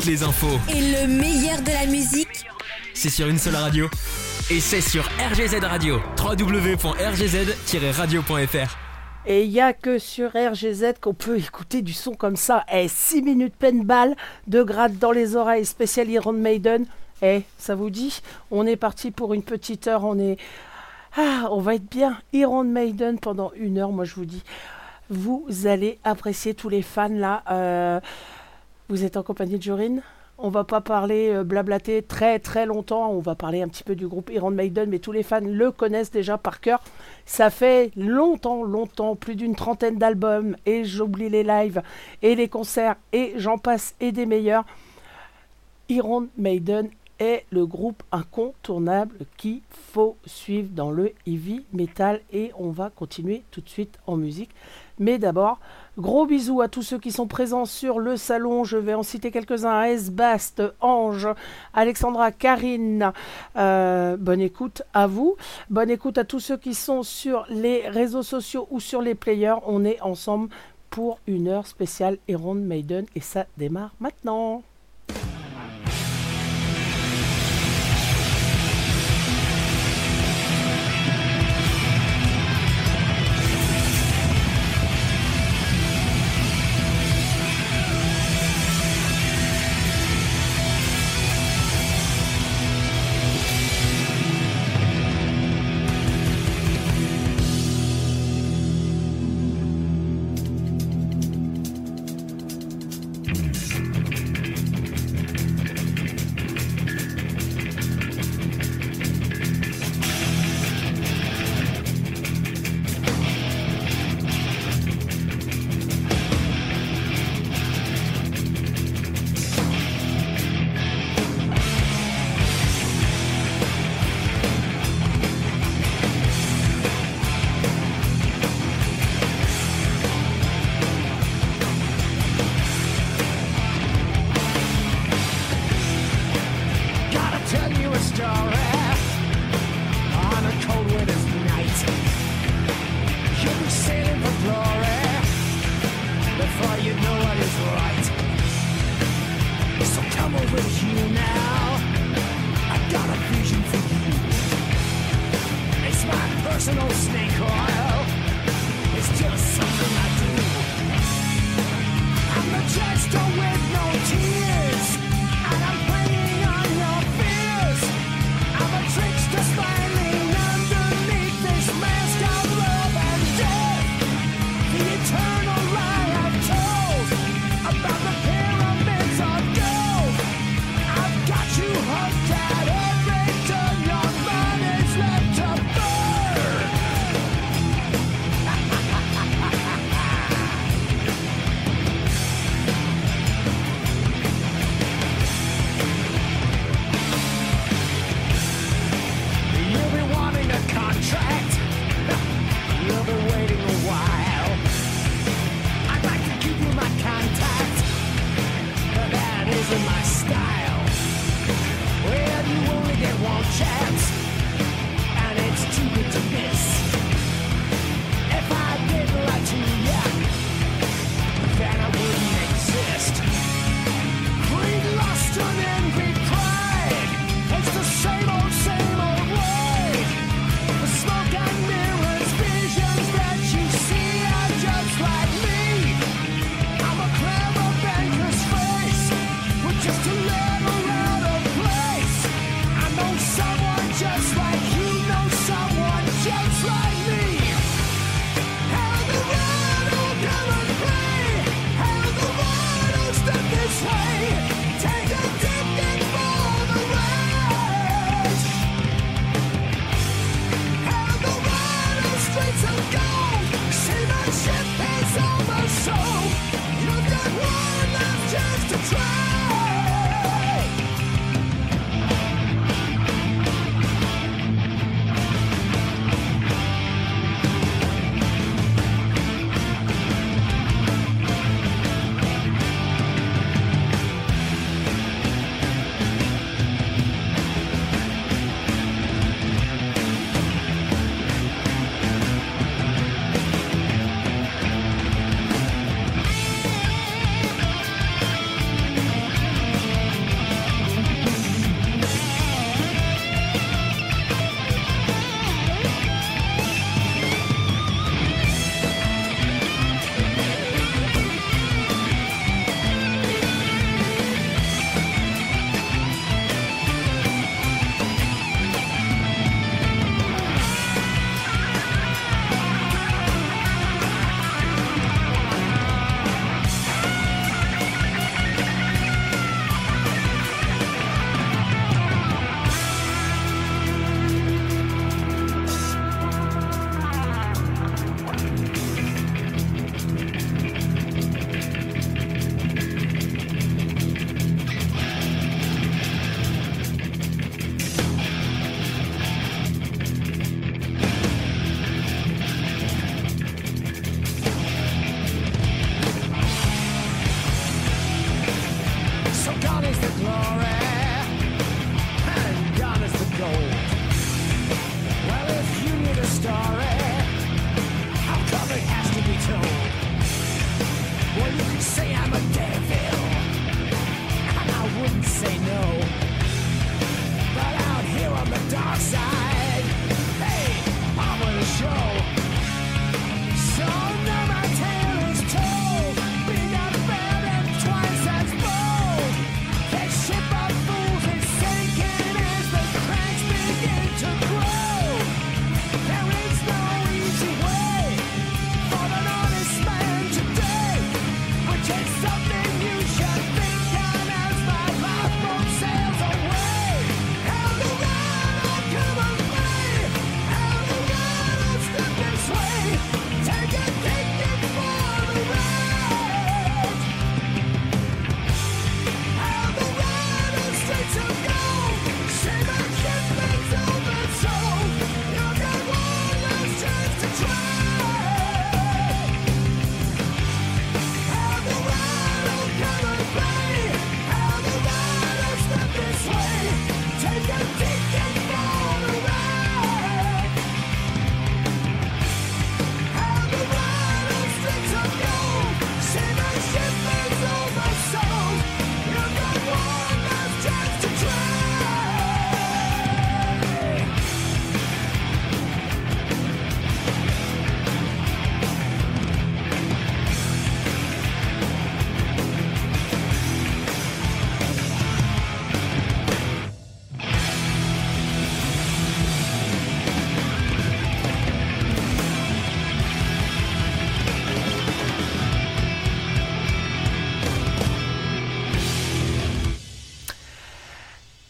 toutes les infos. Et le meilleur de la musique, C'est sur une seule radio. Et c'est sur RGZ Radio. www.rgz-radio.fr. Et il n'y a que sur RGZ qu'on peut écouter du son comme ça. 6 minutes pleine balle, de gratte dans les oreilles, spécial Iron Maiden. Ça vous dit? On est parti pour une petite heure. On va être bien. Iron Maiden pendant 1 heure, moi je vous dis. Vous allez apprécier tous les fans là. Vous êtes en compagnie de Jorine. On va pas parler blablater très très longtemps. On va parler un petit peu du groupe Iron Maiden, mais tous les fans le connaissent déjà par cœur. Ça fait longtemps, plus d'une 30aine d'albums, et j'oublie les lives et les concerts, et j'en passe et des meilleurs. Iron Maiden est le groupe incontournable qu'il faut suivre dans le heavy metal, et on va continuer tout de suite en musique. Mais d'abord, gros bisous à tous ceux qui sont présents sur le salon. Je vais en citer quelques-uns. Esbast, Ange, Alexandra, Karine. Bonne écoute à vous. Bonne écoute à tous ceux qui sont sur les réseaux sociaux ou sur les players. On est ensemble pour 1 heure spéciale Iron Maiden, et ça démarre maintenant.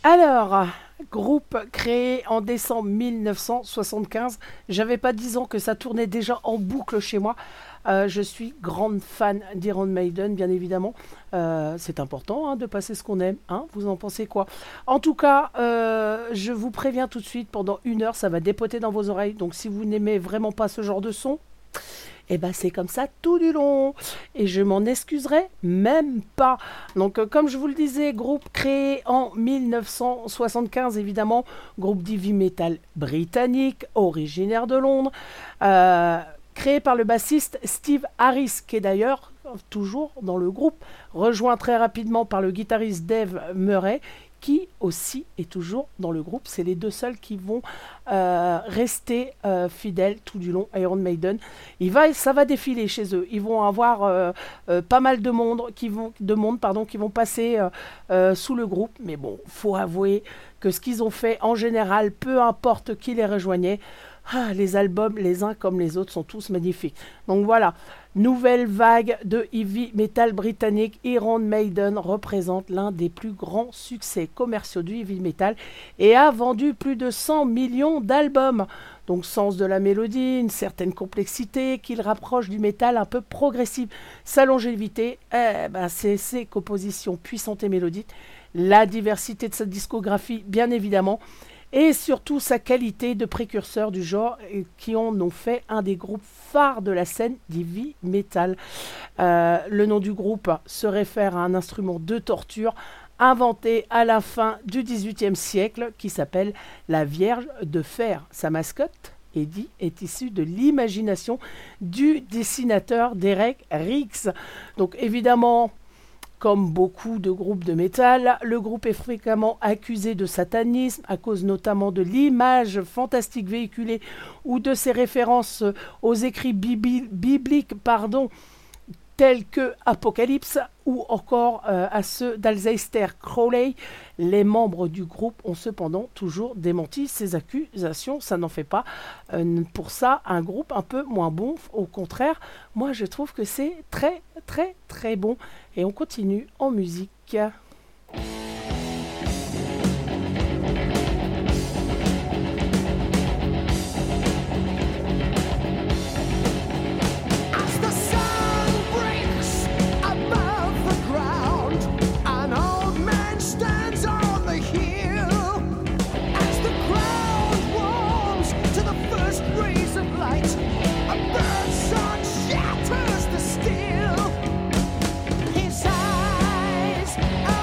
Alors, groupe créé en décembre 1975. J'avais pas 10 ans que ça tournait déjà en boucle chez moi. Je suis grande fan d'Iron Maiden, bien évidemment. C'est important de passer ce qu'on aime. Vous en pensez quoi? En tout cas, je vous préviens tout de suite, pendant 1 heure, ça va dépoter dans vos oreilles. Donc si vous n'aimez vraiment pas ce genre de son, et ben c'est comme ça tout du long. Et je m'en excuserai même pas. Donc comme je vous le disais, groupe créé en 1975 évidemment, groupe d'heavy metal britannique, originaire de Londres, créé par le bassiste Steve Harris, qui est d'ailleurs toujours dans le groupe, rejoint très rapidement par le guitariste Dave Murray, qui aussi est toujours dans le groupe. C'est les deux seuls qui vont rester fidèles tout du long à Iron Maiden. Ça va défiler chez eux. Ils vont avoir pas mal de monde qui vont passer sous le groupe. Mais bon, faut avouer que ce qu'ils ont fait en général, peu importe qui les rejoignait, les albums, les uns comme les autres, sont tous magnifiques. Donc voilà, nouvelle vague de heavy metal britannique. Iron Maiden représente l'un des plus grands succès commerciaux du heavy metal et a vendu plus de 100 millions d'albums. Donc sens de la mélodie, une certaine complexité qui le rapproche du métal un peu progressif. Sa longévité, c'est ses compositions puissantes et mélodiques, la diversité de sa discographie bien évidemment, et surtout sa qualité de précurseur du genre qui en ont fait un des groupes phares de la scène d'heavy metal. Le nom du groupe se réfère à un instrument de torture inventé à la fin du XVIIIe siècle qui s'appelle la Vierge de fer. Sa mascotte, Eddie, est issue de l'imagination du dessinateur Derek Riggs. Donc évidemment, comme beaucoup de groupes de métal, le groupe est fréquemment accusé de satanisme à cause notamment de l'image fantastique véhiculée ou de ses références aux écrits bibliques, tels que Apocalypse ou encore à ceux d'Aleister Crowley. Les membres du groupe ont cependant toujours démenti ces accusations. Ça n'en fait pas pour ça un groupe un peu moins bon. Au contraire, moi je trouve que c'est très très très bon. Et on continue en musique. Shatters the steel. His eyes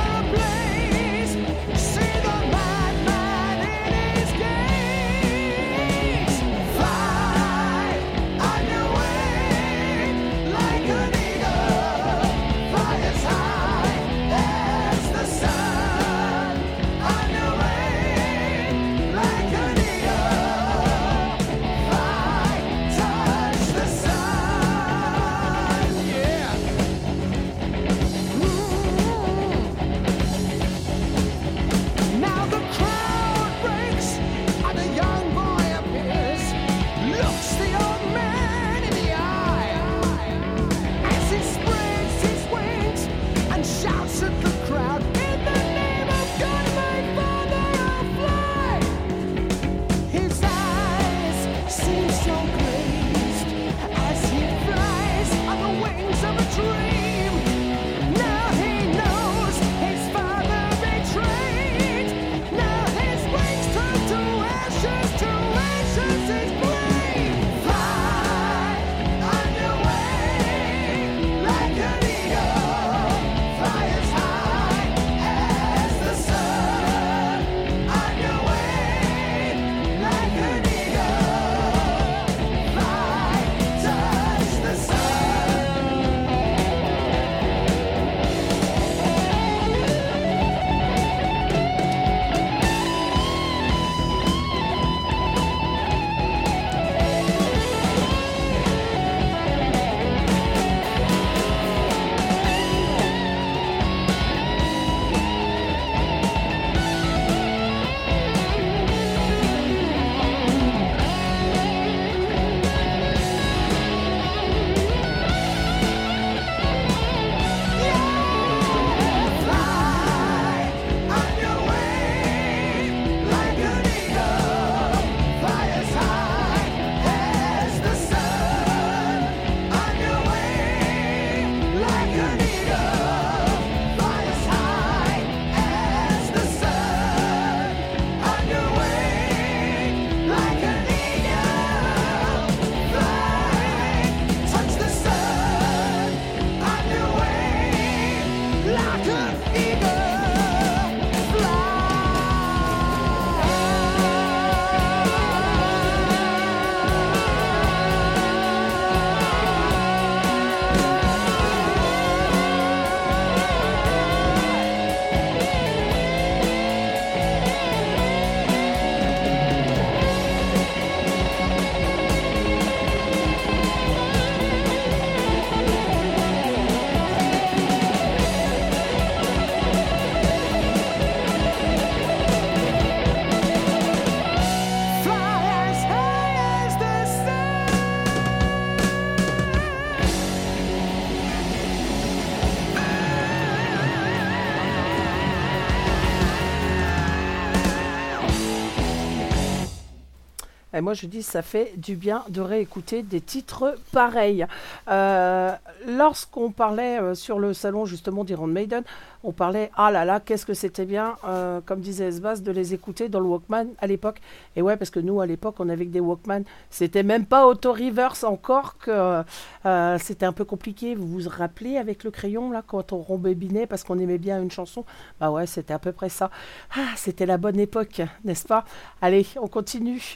Et moi, je dis, ça fait du bien de réécouter des titres pareils. Lorsqu'on parlait sur le salon justement d'Iron Maiden, on parlait, ah là là, qu'est-ce que c'était bien, comme disait Esbas, de les écouter dans le Walkman à l'époque. Et ouais, parce que nous, à l'époque, on avait que des Walkman. C'était même pas auto-reverse encore, que c'était un peu compliqué. Vous vous rappelez avec le crayon, là, quand on rembobinait parce qu'on aimait bien une chanson? Bah ouais, c'était à peu près ça. Ah, c'était la bonne époque, n'est-ce pas? Allez, on continue.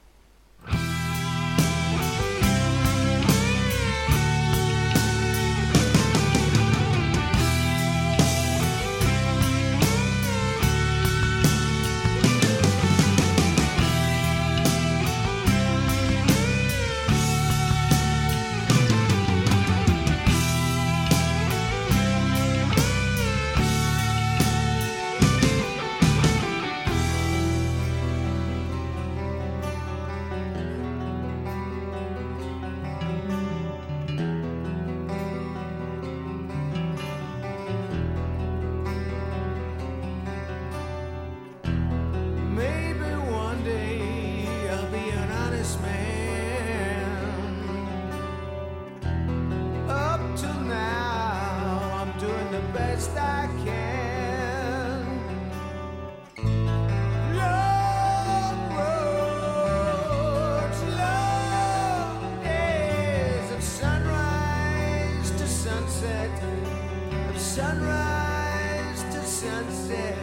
Sunrise to sunset,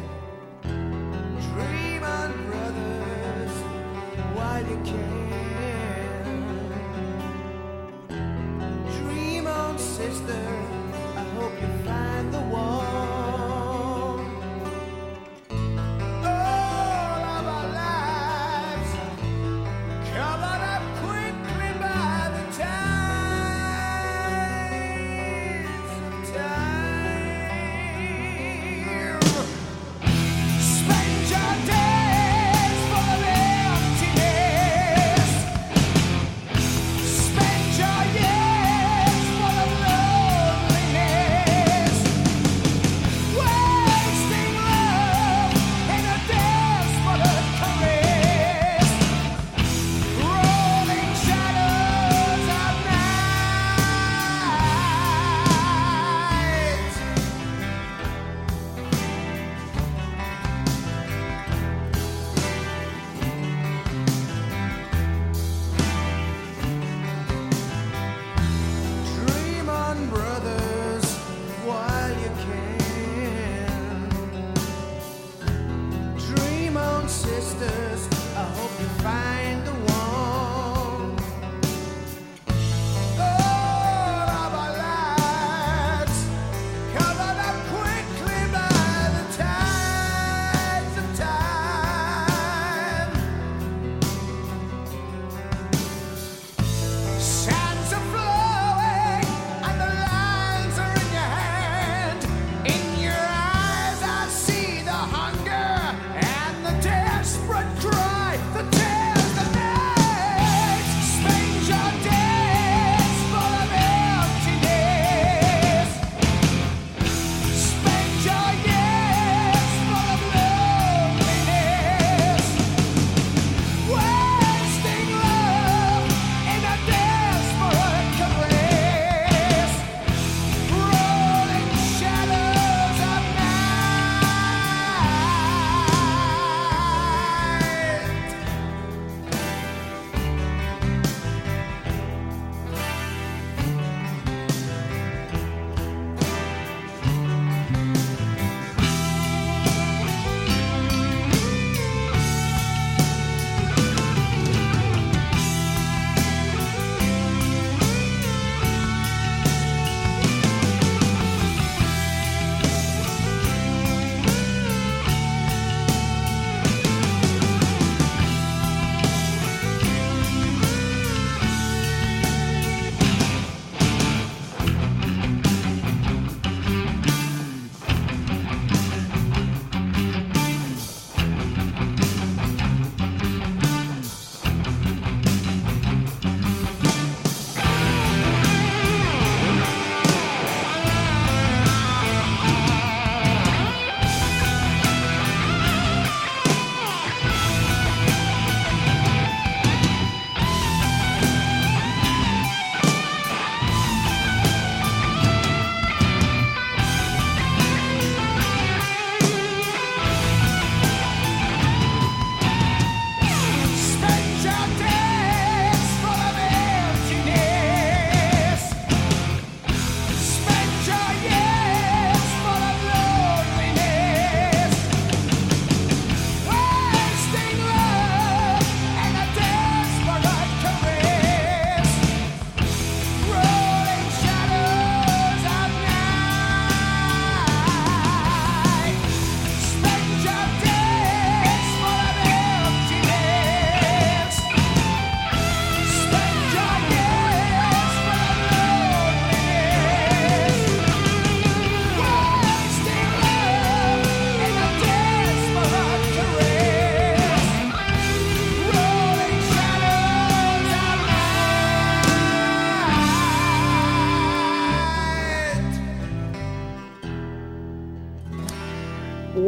dream on, brothers, while you can. Dream on, sister, I hope you find the one. All of our lives covered up quickly by the tides of time. Spend your days full of emptiness. Spend your years full of love.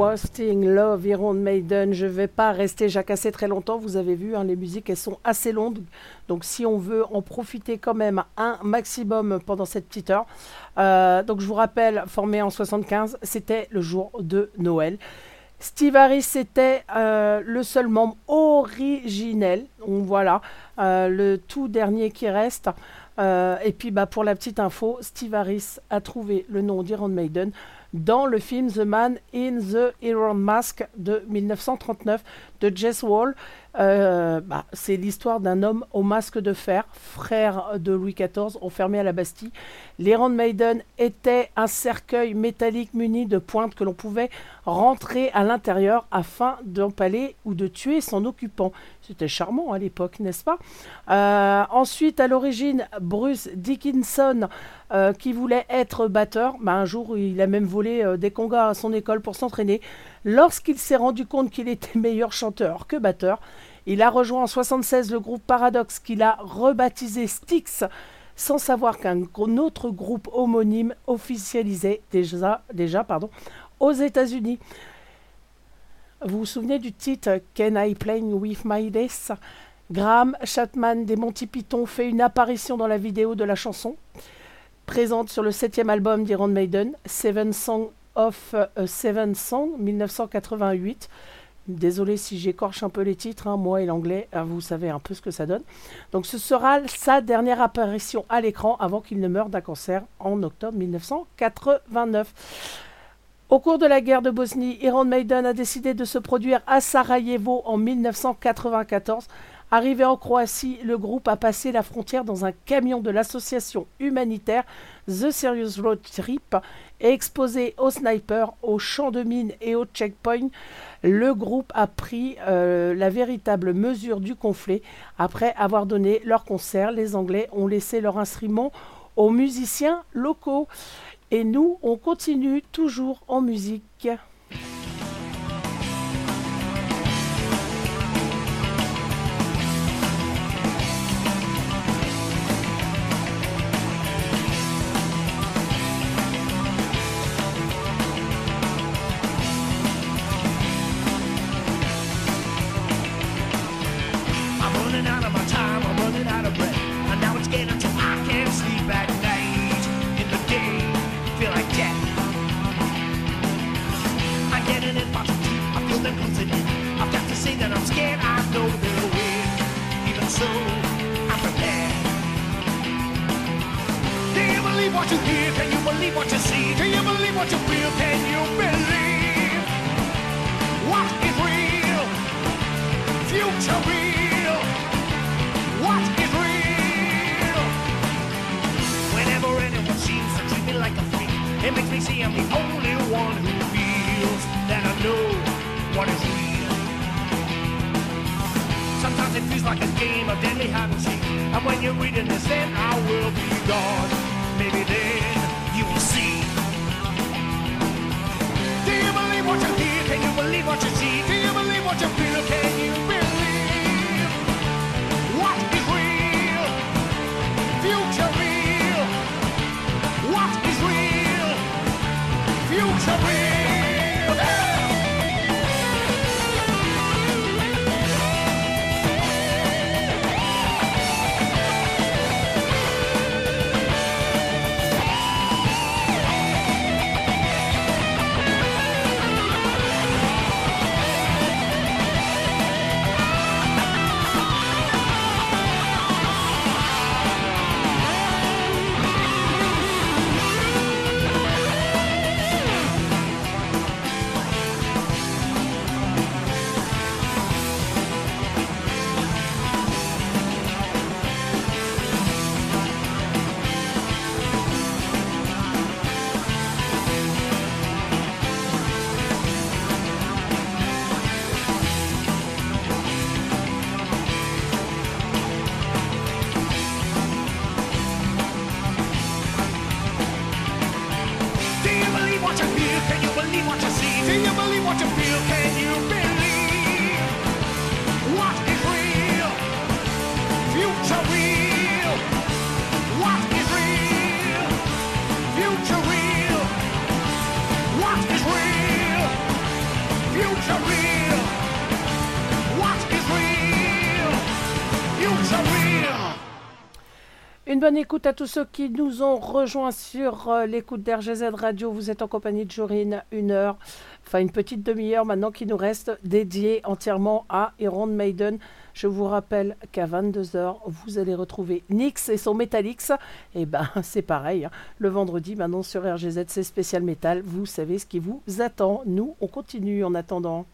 Wasting Love, Iron Maiden. Je vais pas rester jacassé très longtemps. Vous avez vu, hein, les musiques, elles sont assez longues. Donc, si on veut en profiter quand même un maximum pendant cette petite heure. Donc, je vous rappelle, formé en 75, c'était le jour de Noël. Steve Harris était le seul membre originel. Donc, voilà, le tout dernier qui reste. Et puis, pour la petite info, Steve Harris a trouvé le nom d'Iron Maiden dans le film The Man in the Iron Mask de 1939 de Jess Wall. C'est l'histoire d'un homme au masque de fer, frère de Louis XIV, enfermé à la Bastille. L'Iron Maiden était un cercueil métallique muni de pointes que l'on pouvait rentrer à l'intérieur afin d'empaler ou de tuer son occupant. C'était charmant à l'époque, n'est-ce pas? Ensuite, à l'origine, Bruce Dickinson, qui voulait être batteur, un jour il a même volé des congas à son école pour s'entraîner. Lorsqu'il s'est rendu compte qu'il était meilleur chanteur que batteur, il a rejoint en 1976 le groupe Paradox qu'il a rebaptisé Styx, sans savoir qu'un autre groupe homonyme officialisait déjà aux États-Unis. Vous vous souvenez du titre Can I Play With My Days? Graham Chapman des Monty Python fait une apparition dans la vidéo de la chanson, présente sur le 7e album d'Iron Maiden, Seven Songs of Seven Songs, 1988. Désolé si j'écorche un peu les titres, hein, moi et l'anglais, vous savez un peu ce que ça donne. Donc ce sera sa dernière apparition à l'écran avant qu'il ne meure d'un cancer en octobre 1989. Au cours de la guerre de Bosnie, Iron Maiden a décidé de se produire à Sarajevo en 1994. Arrivé en Croatie, le groupe a passé la frontière dans un camion de l'association humanitaire The Serious Road Trip et exposé aux snipers, aux champs de mines et aux checkpoints. Le groupe a pris la véritable mesure du conflit. Après avoir donné leur concert, les Anglais ont laissé leur instrument aux musiciens locaux. Et nous, on continue toujours en musique. Une bonne écoute à tous ceux qui nous ont rejoints sur l'écoute d'RGZ Radio. Vous êtes en compagnie de Jorine, une petite demi-heure maintenant qui nous reste dédiée entièrement à Iron Maiden. Je vous rappelle qu'à 22h, vous allez retrouver Nyx et son Metallix. Et ben, c'est pareil. Le vendredi, maintenant sur RGZ, c'est spécial métal. Vous savez ce qui vous attend. Nous, on continue en attendant.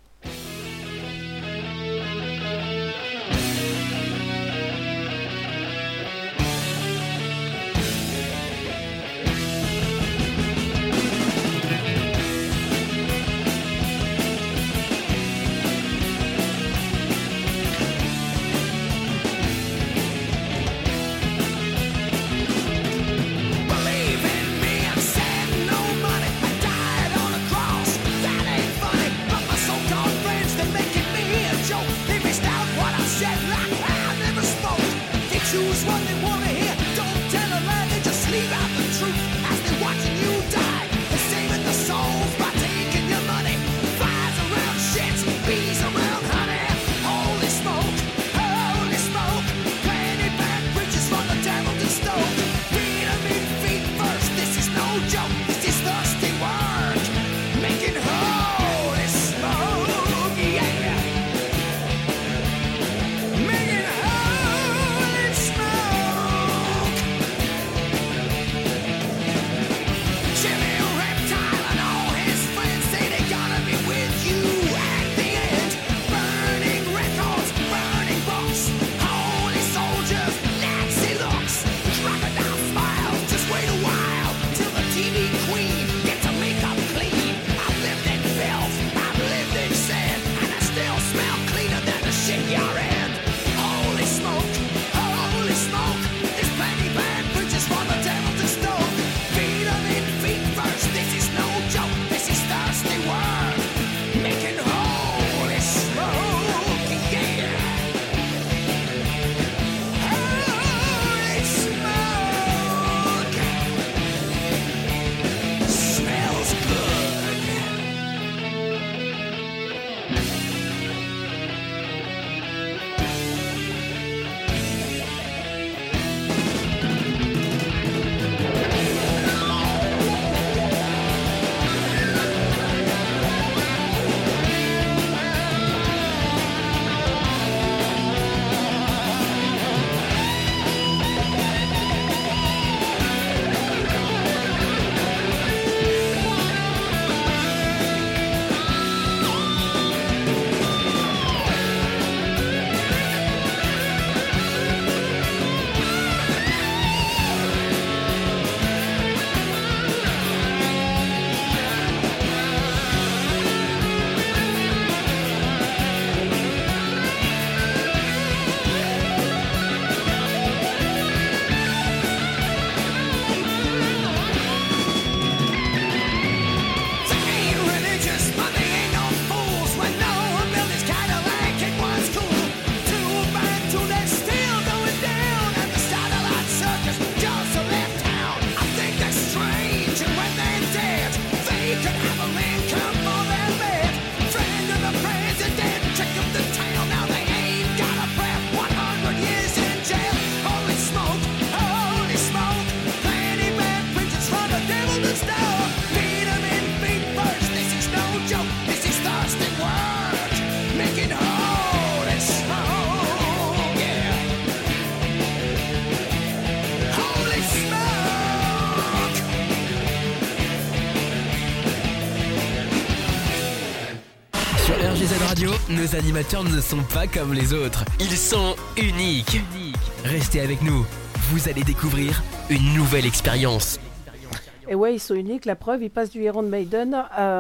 Nos animateurs ne sont pas comme les autres. Ils sont uniques. Restez avec nous. Vous allez découvrir une nouvelle expérience. Et ouais, ils sont uniques. La preuve, ils passent du Iron Maiden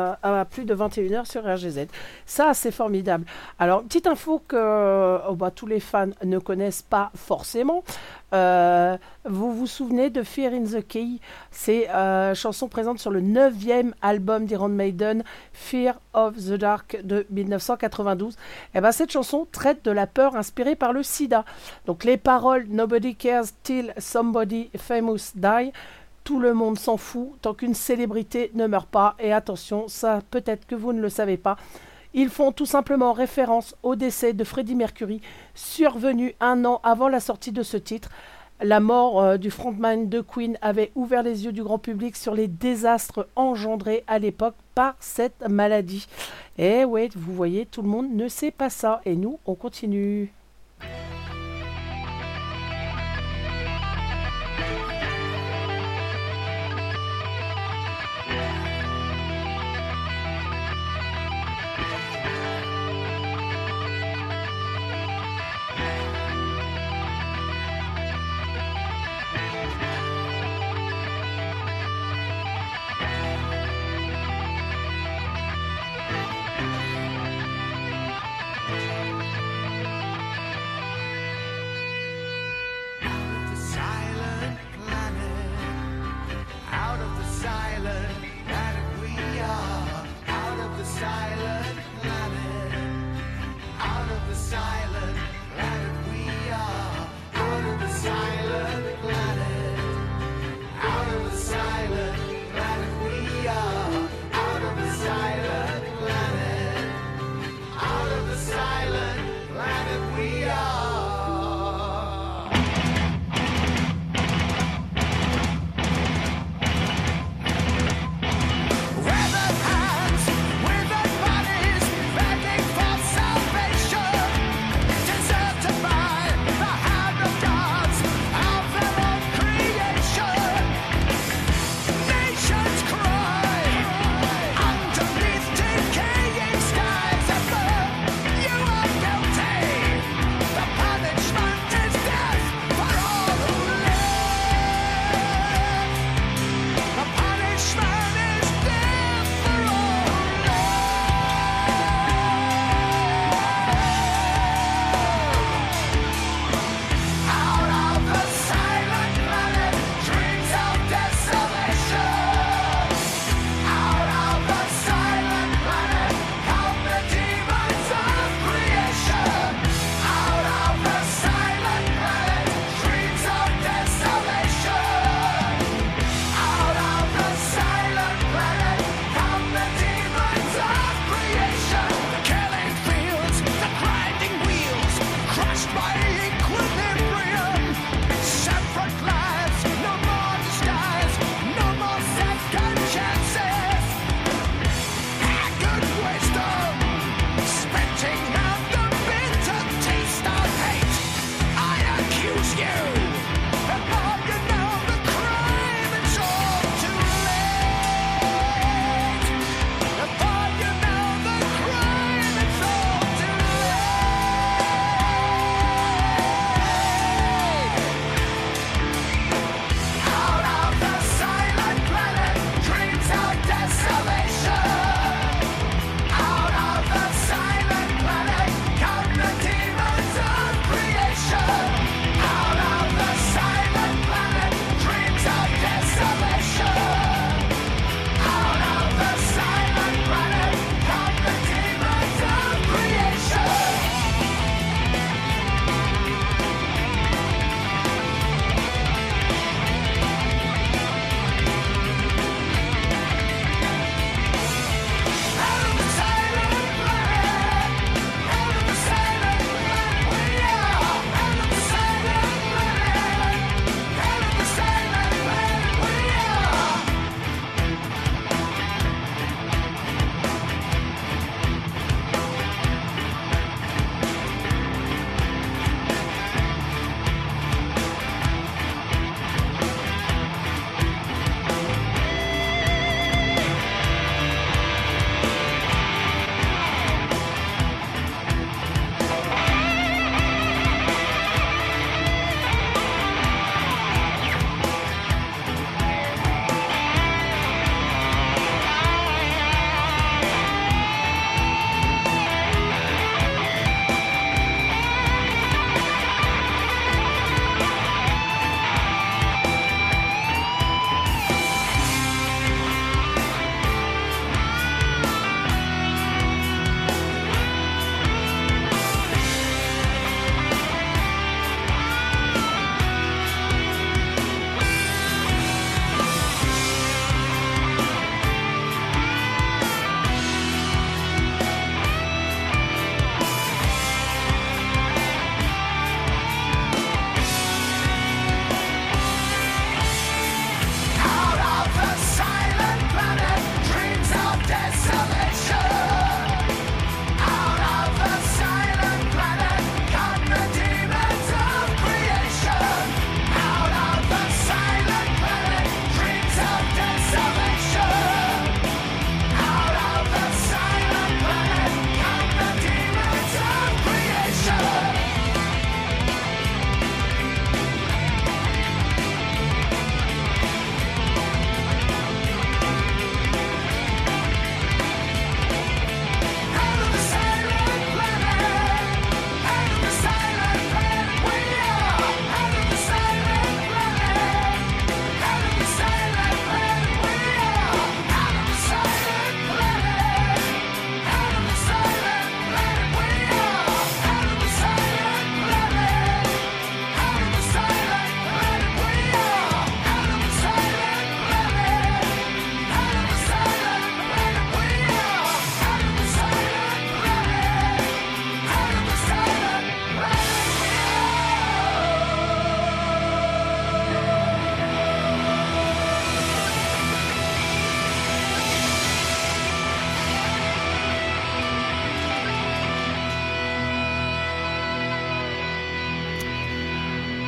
à plus de 21h sur RGZ. Ça, c'est formidable. Alors, petite info que tous les fans ne connaissent pas forcément. Vous vous souvenez de Fear in the Key? C'est chanson présente sur le 9e album d'Iron Maiden, Fear of the Dark de 1992. Et ben, cette chanson traite de la peur inspirée par le sida. Donc les paroles « Nobody cares till somebody famous die ». Tout le monde s'en fout tant qu'une célébrité ne meurt pas. Et attention, ça peut-être que vous ne le savez pas. Ils font tout simplement référence au décès de Freddie Mercury, survenu un an avant la sortie de ce titre. La mort du frontman de Queen avait ouvert les yeux du grand public sur les désastres engendrés à l'époque par cette maladie. Et ouais, vous voyez, tout le monde ne sait pas ça. Et nous, on continue.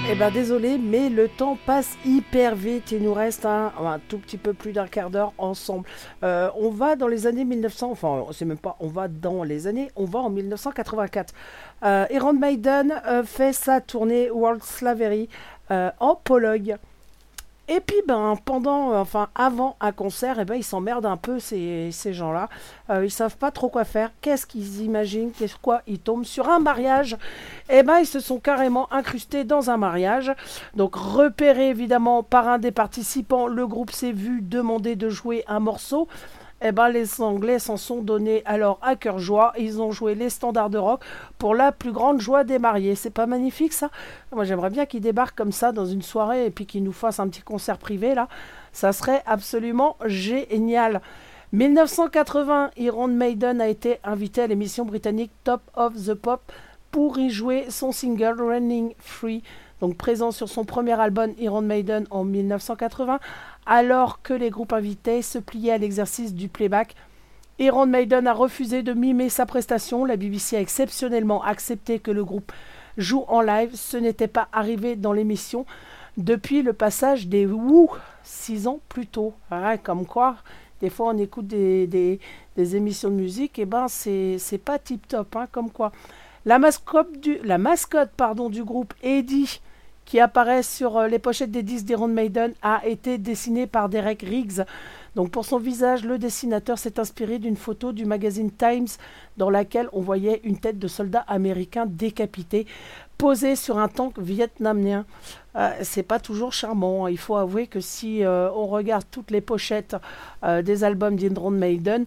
Eh ben désolé, mais le temps passe hyper vite. Il nous reste un tout petit peu plus d'un quart d'heure ensemble. On va dans les années 1900, enfin c'est même pas, on va dans les années, on va en 1984. Iron Maiden fait sa tournée World Slavery en Pologne. Et puis avant un concert, ils s'emmerdent un peu ces gens-là. Ils savent pas trop quoi faire. Qu'est-ce qu'ils imaginent? Ils tombent sur un mariage. Ils se sont carrément incrustés dans un mariage. Donc repéré évidemment par un des participants, le groupe s'est vu demander de jouer un morceau. Les Anglais s'en sont donnés alors à cœur joie. Ils ont joué les standards de rock pour la plus grande joie des mariés. C'est pas magnifique ça? Moi j'aimerais bien qu'ils débarquent comme ça dans une soirée et puis qu'ils nous fassent un petit concert privé là. Ça serait absolument génial. 1980, Iron Maiden a été invité à l'émission britannique Top of the Pop pour y jouer son single Running Free. Donc présent sur son premier album Iron Maiden en 1980, alors que les groupes invités se pliaient à l'exercice du playback. Iron Maiden a refusé de mimer sa prestation. La BBC a exceptionnellement accepté que le groupe joue en live. Ce n'était pas arrivé dans l'émission depuis le passage des Who 6 ans plus tôt. Comme quoi, des fois on écoute des émissions de musique, c'est pas tip top, comme quoi. La mascotte du groupe Eddie, qui apparaît sur les pochettes des disques d'Iron Maiden, a été dessiné par Derek Riggs. Donc pour son visage, le dessinateur s'est inspiré d'une photo du magazine Times dans laquelle on voyait une tête de soldat américain décapité posée sur un tank vietnamien. C'est pas toujours charmant. Il faut avouer que si on regarde toutes les pochettes des albums d'Iron Maiden,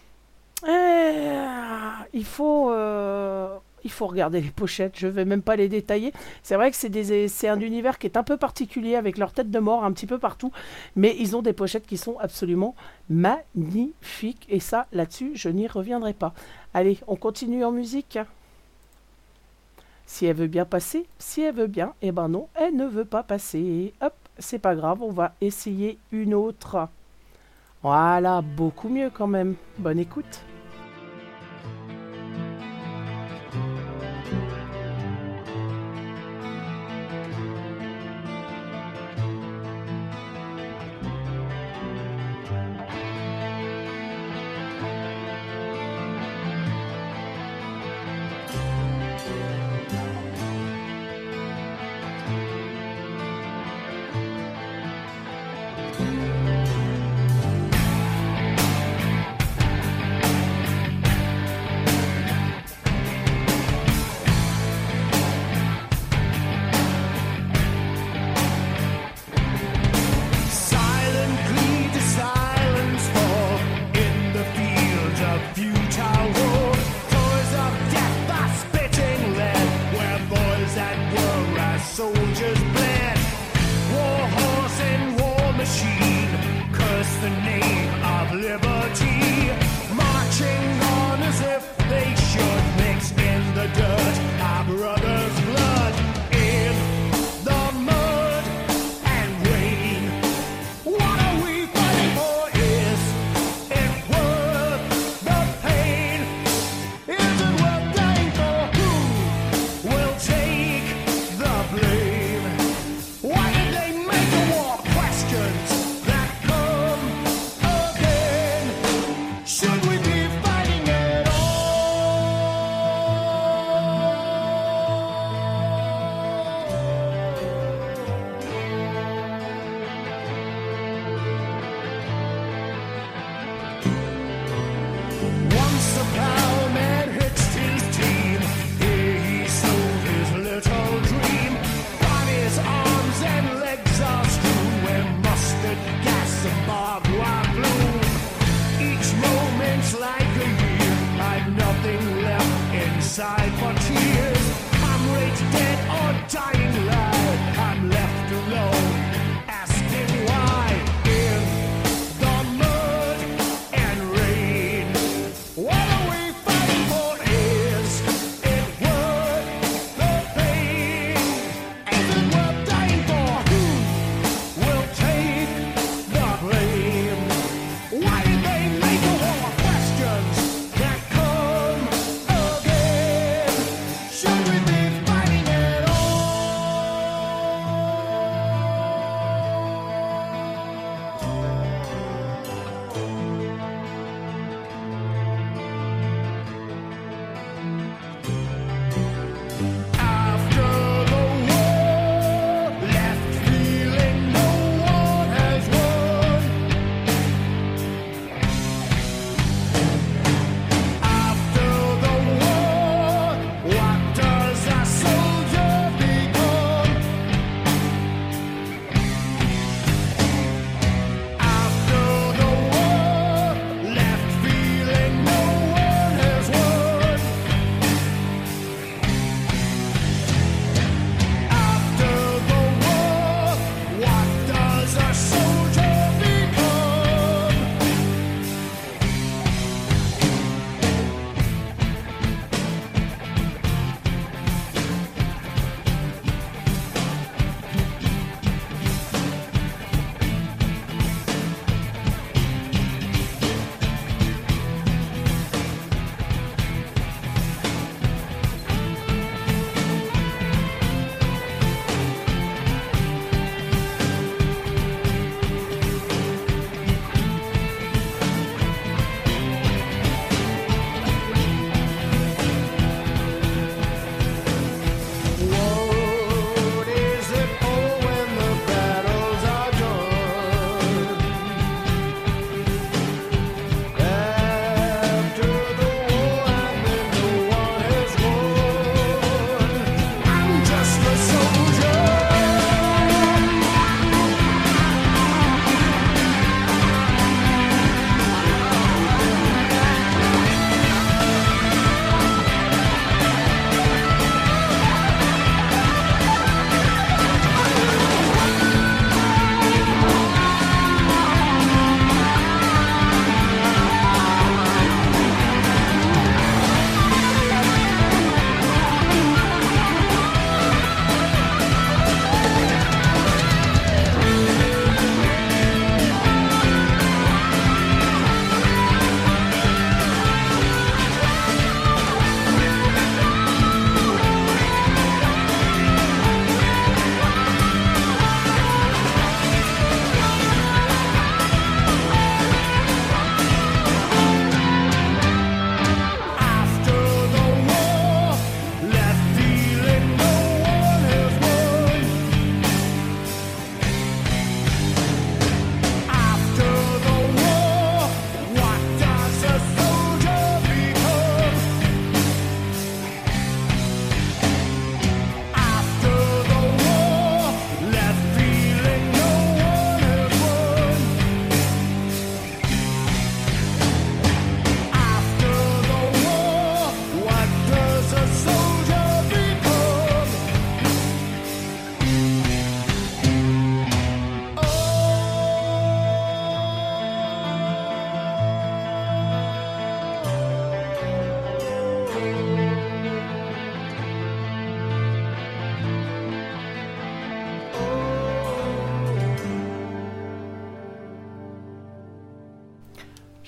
il faut regarder les pochettes, je ne vais même pas les détailler. C'est vrai que c'est un univers qui est un peu particulier avec leur tête de mort un petit peu partout, mais ils ont des pochettes qui sont absolument magnifiques. Et ça, là-dessus, je n'y reviendrai pas. Allez, on continue en musique. Si elle veut bien passer, si elle veut bien, non, elle ne veut pas passer. Hop, c'est pas grave, on va essayer une autre. Voilà, beaucoup mieux quand même. Bonne écoute.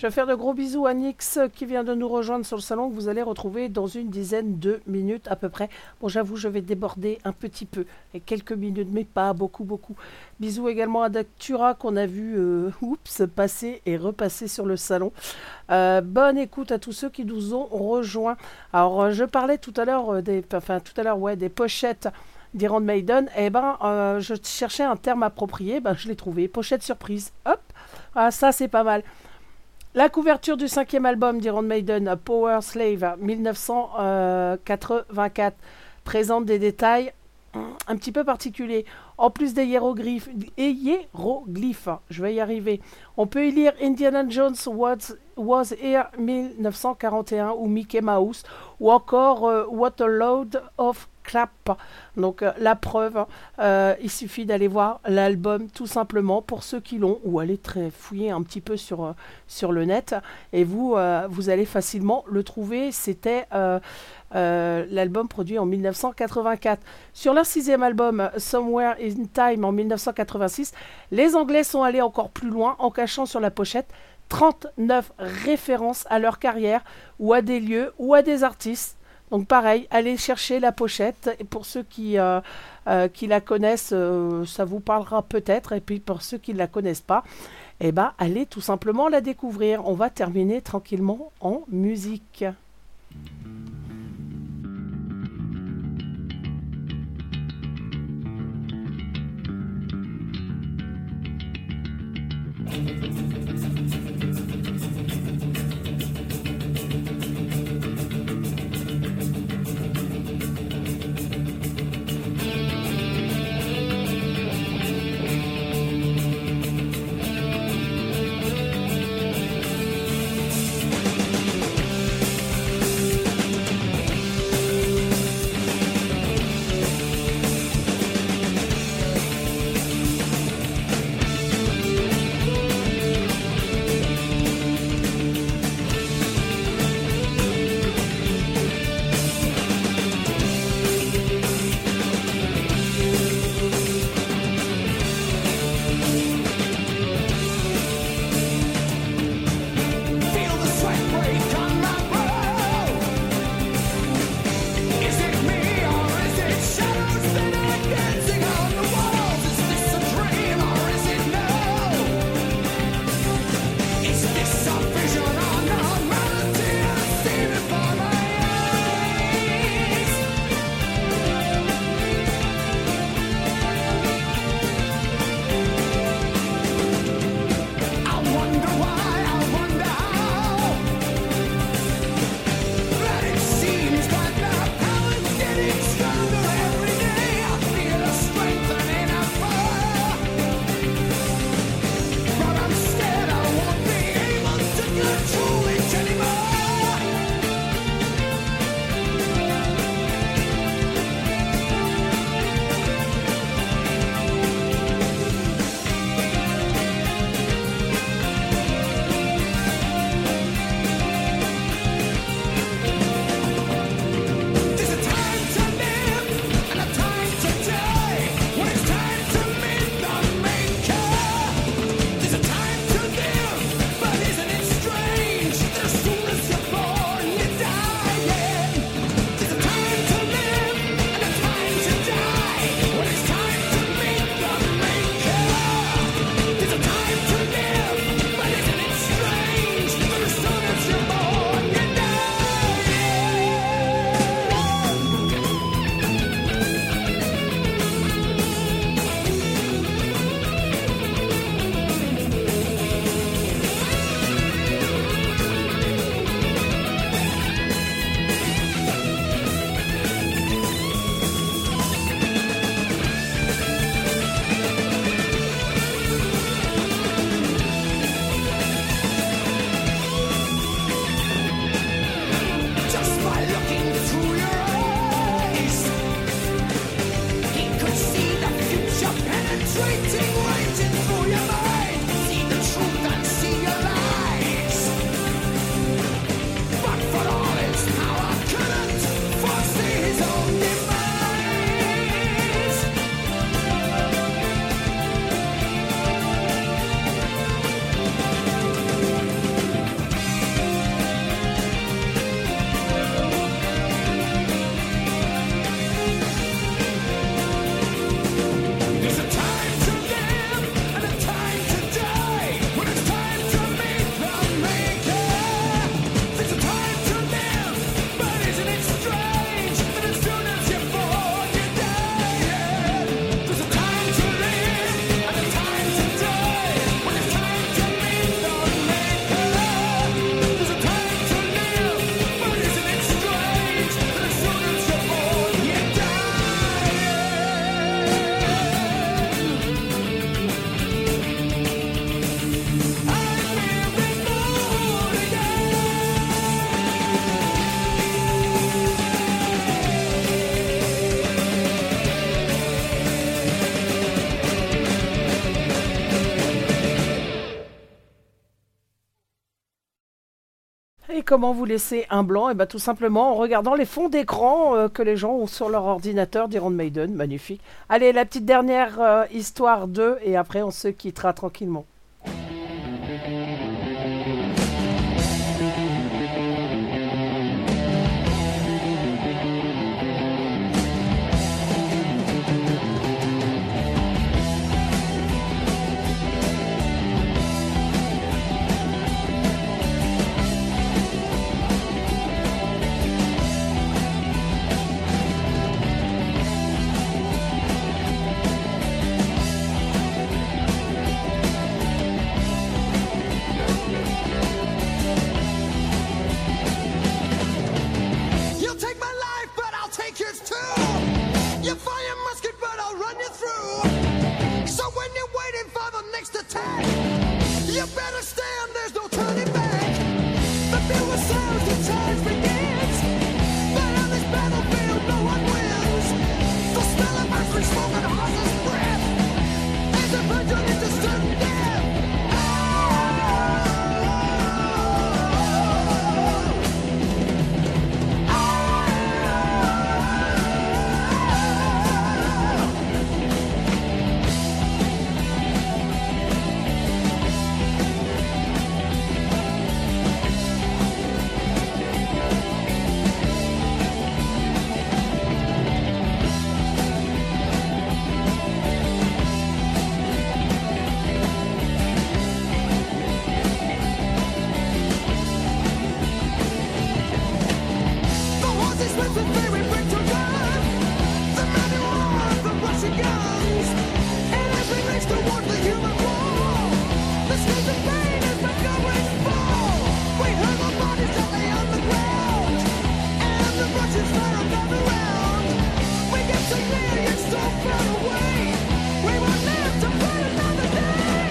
Je vais faire de gros bisous à Nix qui vient de nous rejoindre sur le salon que vous allez retrouver dans une dizaine de minutes à peu près. Bon, j'avoue, je vais déborder un petit peu, et quelques minutes, mais pas beaucoup. Bisous également à Dactura qu'on a vu passer et repasser sur le salon. Bonne écoute à tous ceux qui nous ont rejoints. Alors, je parlais tout à l'heure des pochettes d'Iron Maiden. Je cherchais un terme approprié, je l'ai trouvé. Pochette surprise. Hop, ah, ça c'est pas mal. La couverture du 5e album d'Iron Maiden, Power Slave, 1984, présente des détails un petit peu particuliers. En plus des hiéroglyphes, je vais y arriver. On peut y lire Indiana Jones was Here 1941 ou Mickey Mouse ou encore What a Load of Clap. Donc la preuve, il suffit d'aller voir l'album tout simplement pour ceux qui l'ont ou aller fouiller un petit peu sur le net et vous allez facilement le trouver. C'était l'album produit en 1984. Sur leur 6e album Somewhere in Time en 1986, les Anglais sont allés encore plus loin en cachant sur la pochette 39 références à leur carrière ou à des lieux ou à des artistes. Donc pareil, allez chercher la pochette. Et pour ceux qui la connaissent, ça vous parlera peut-être. Et puis pour ceux qui ne la connaissent pas, allez tout simplement la découvrir. On va terminer tranquillement en musique. comment vous laisser un blanc? Et tout simplement en regardant les fonds d'écran que les gens ont sur leur ordinateur d'Iron Maiden. Magnifique. Allez, la petite dernière histoire 2 et après on se quittera tranquillement. You'll take my life, but I'll take yours too. You fire musket, but I'll run you through. So when you're waiting for the next attack, you better stand, there's no turning back. The fewer sounds, the charge begins. But on this battlefield, no one wins. The smell of ice smoke and horse's breath is a virgin into certain death. The horses with the very bring to run. The mighty roar of the Russian guns. And as we race toward the human wall, the screams of pain as the goblins fall. We heard the bodies that lay on the ground. And the Russians fire another round. We get so near, yet so far away. We will live to fight another day.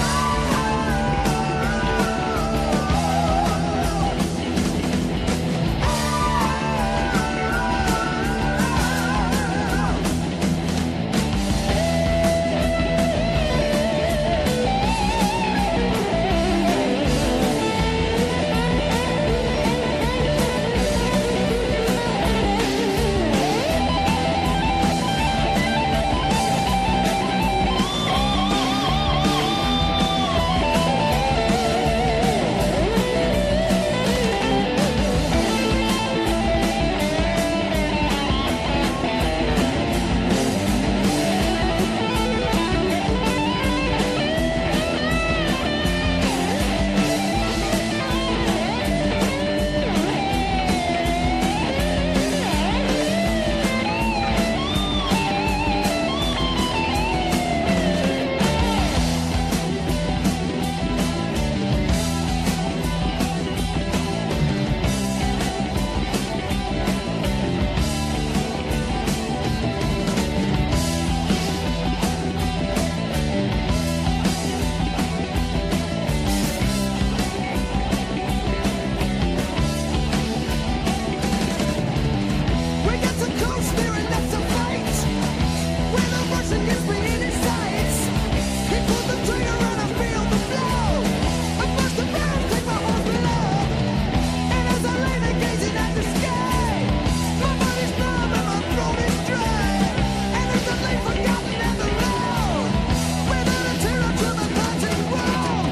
We got to coast there and that's a fight. When the Russian gets me in his sights, he pulled the trigger and I feel the blow. I burst the barrel, take my horse below. And as I lay there gazing at the sky, my body's numb and my throat is dry. And as I lay forgotten at the road, without a tear to the parting road.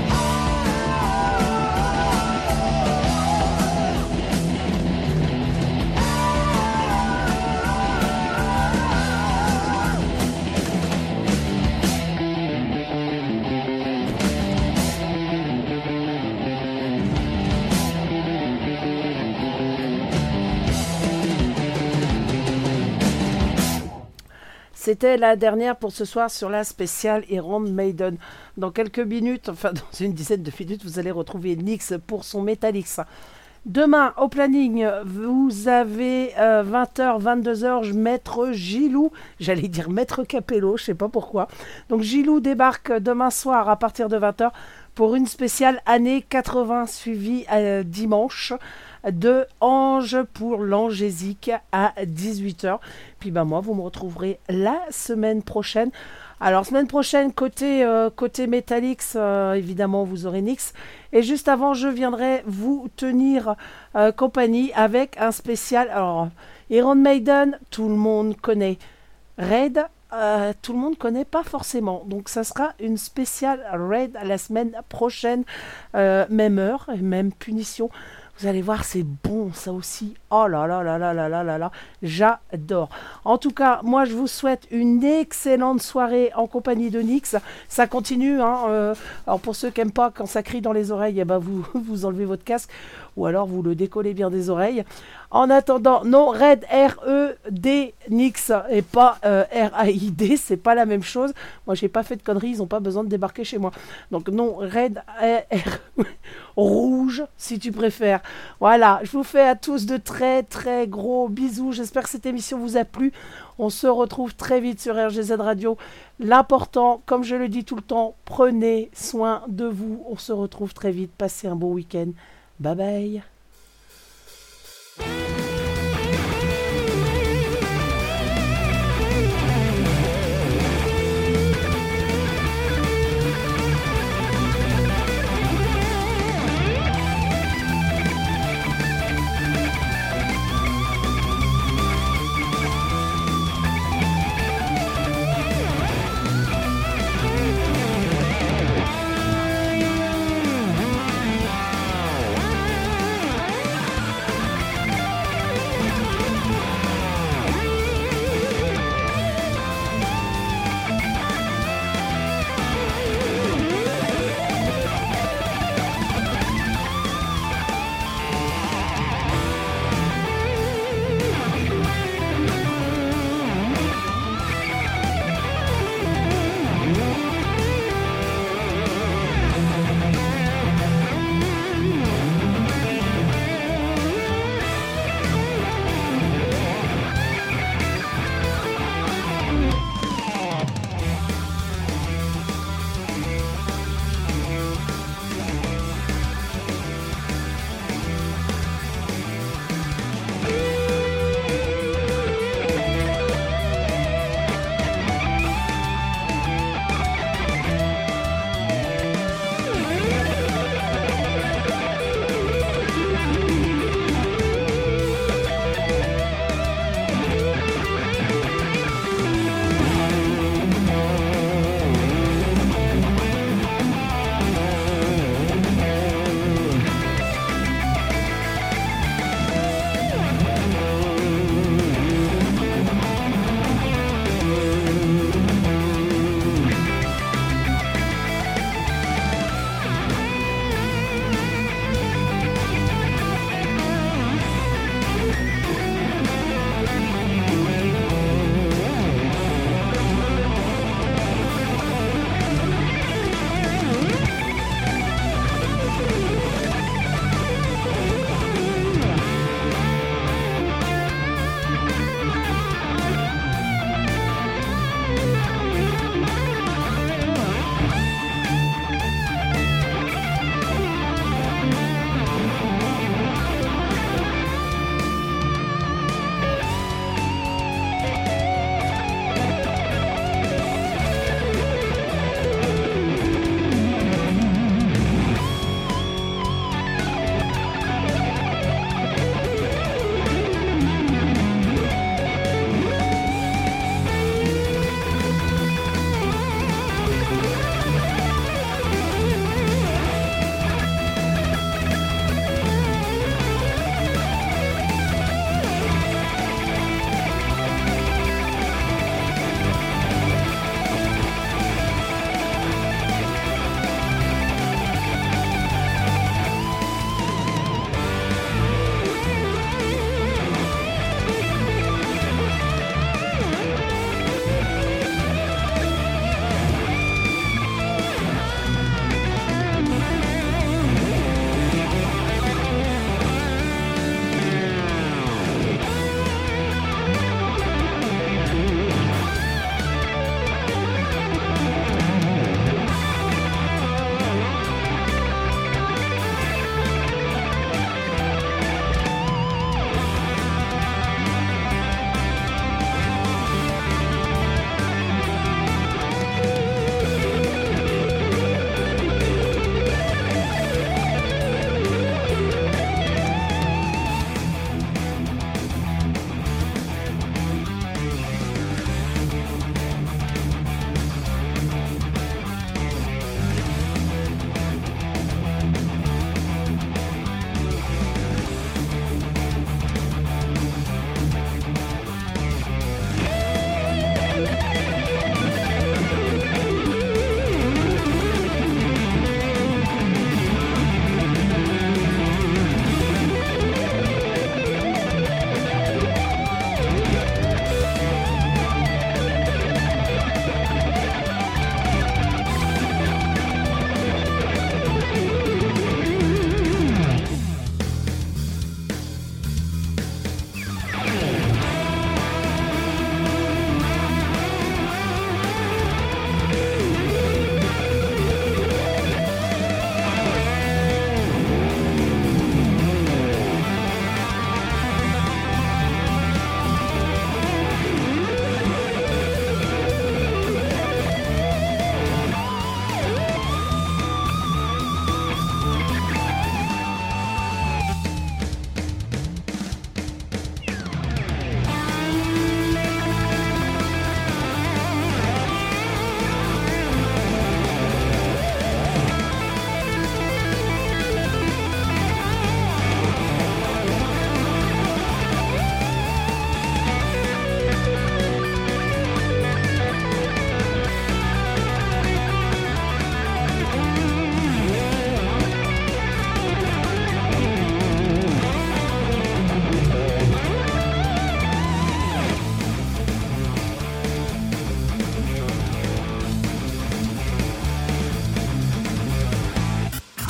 C'était la dernière pour ce soir sur la spéciale Iron Maiden. Dans quelques minutes, enfin dans une dizaine de minutes, vous allez retrouver Nix pour son Metallics. Demain, au planning, vous avez 20h, 22h, Maître Gilou, j'allais dire Maître Capello, je sais pas pourquoi. Donc Gilou débarque demain soir à partir de 20h pour une spéciale année 80 suivie dimanche de Ange pour l'Angésique à 18h. Puis moi, vous me retrouverez la semaine prochaine. Alors, semaine prochaine, côté Metalix, évidemment, vous aurez Nix. Et juste avant, je viendrai vous tenir compagnie avec un spécial. Alors, Iron Maiden, tout le monde connaît. Raid, tout le monde connaît pas forcément. Donc, ça sera une spéciale Raid la semaine prochaine. Même heure et même punition. Vous allez voir, c'est bon, ça aussi. Oh là là là là là là là là, j'adore. En tout cas, moi, je vous souhaite une excellente soirée en compagnie de Nix. Ça continue, hein. Alors, pour ceux qui n'aiment pas quand ça crie dans les oreilles, eh ben vous enlevez votre casque ou alors vous le décollez bien des oreilles. En attendant, non, Raid, R-E-D, Nix, et pas R-A-I-D, c'est pas la même chose. Moi, j'ai pas fait de conneries, ils n'ont pas besoin de débarquer chez moi. Donc, non, Raid, R, rouge, si tu préfères. Voilà, je vous fais à tous de très très gros bisous. J'espère que cette émission vous a plu. On se retrouve très vite sur RGZ Radio. L'important, comme je le dis tout le temps, prenez soin de vous. On se retrouve très vite. Passez un bon week-end. Bye bye.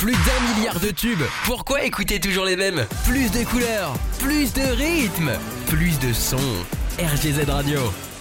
Plus d'1 milliard de tubes. Pourquoi écouter toujours les mêmes? Plus de couleurs, plus de rythme, plus de sons. RGZ Radio.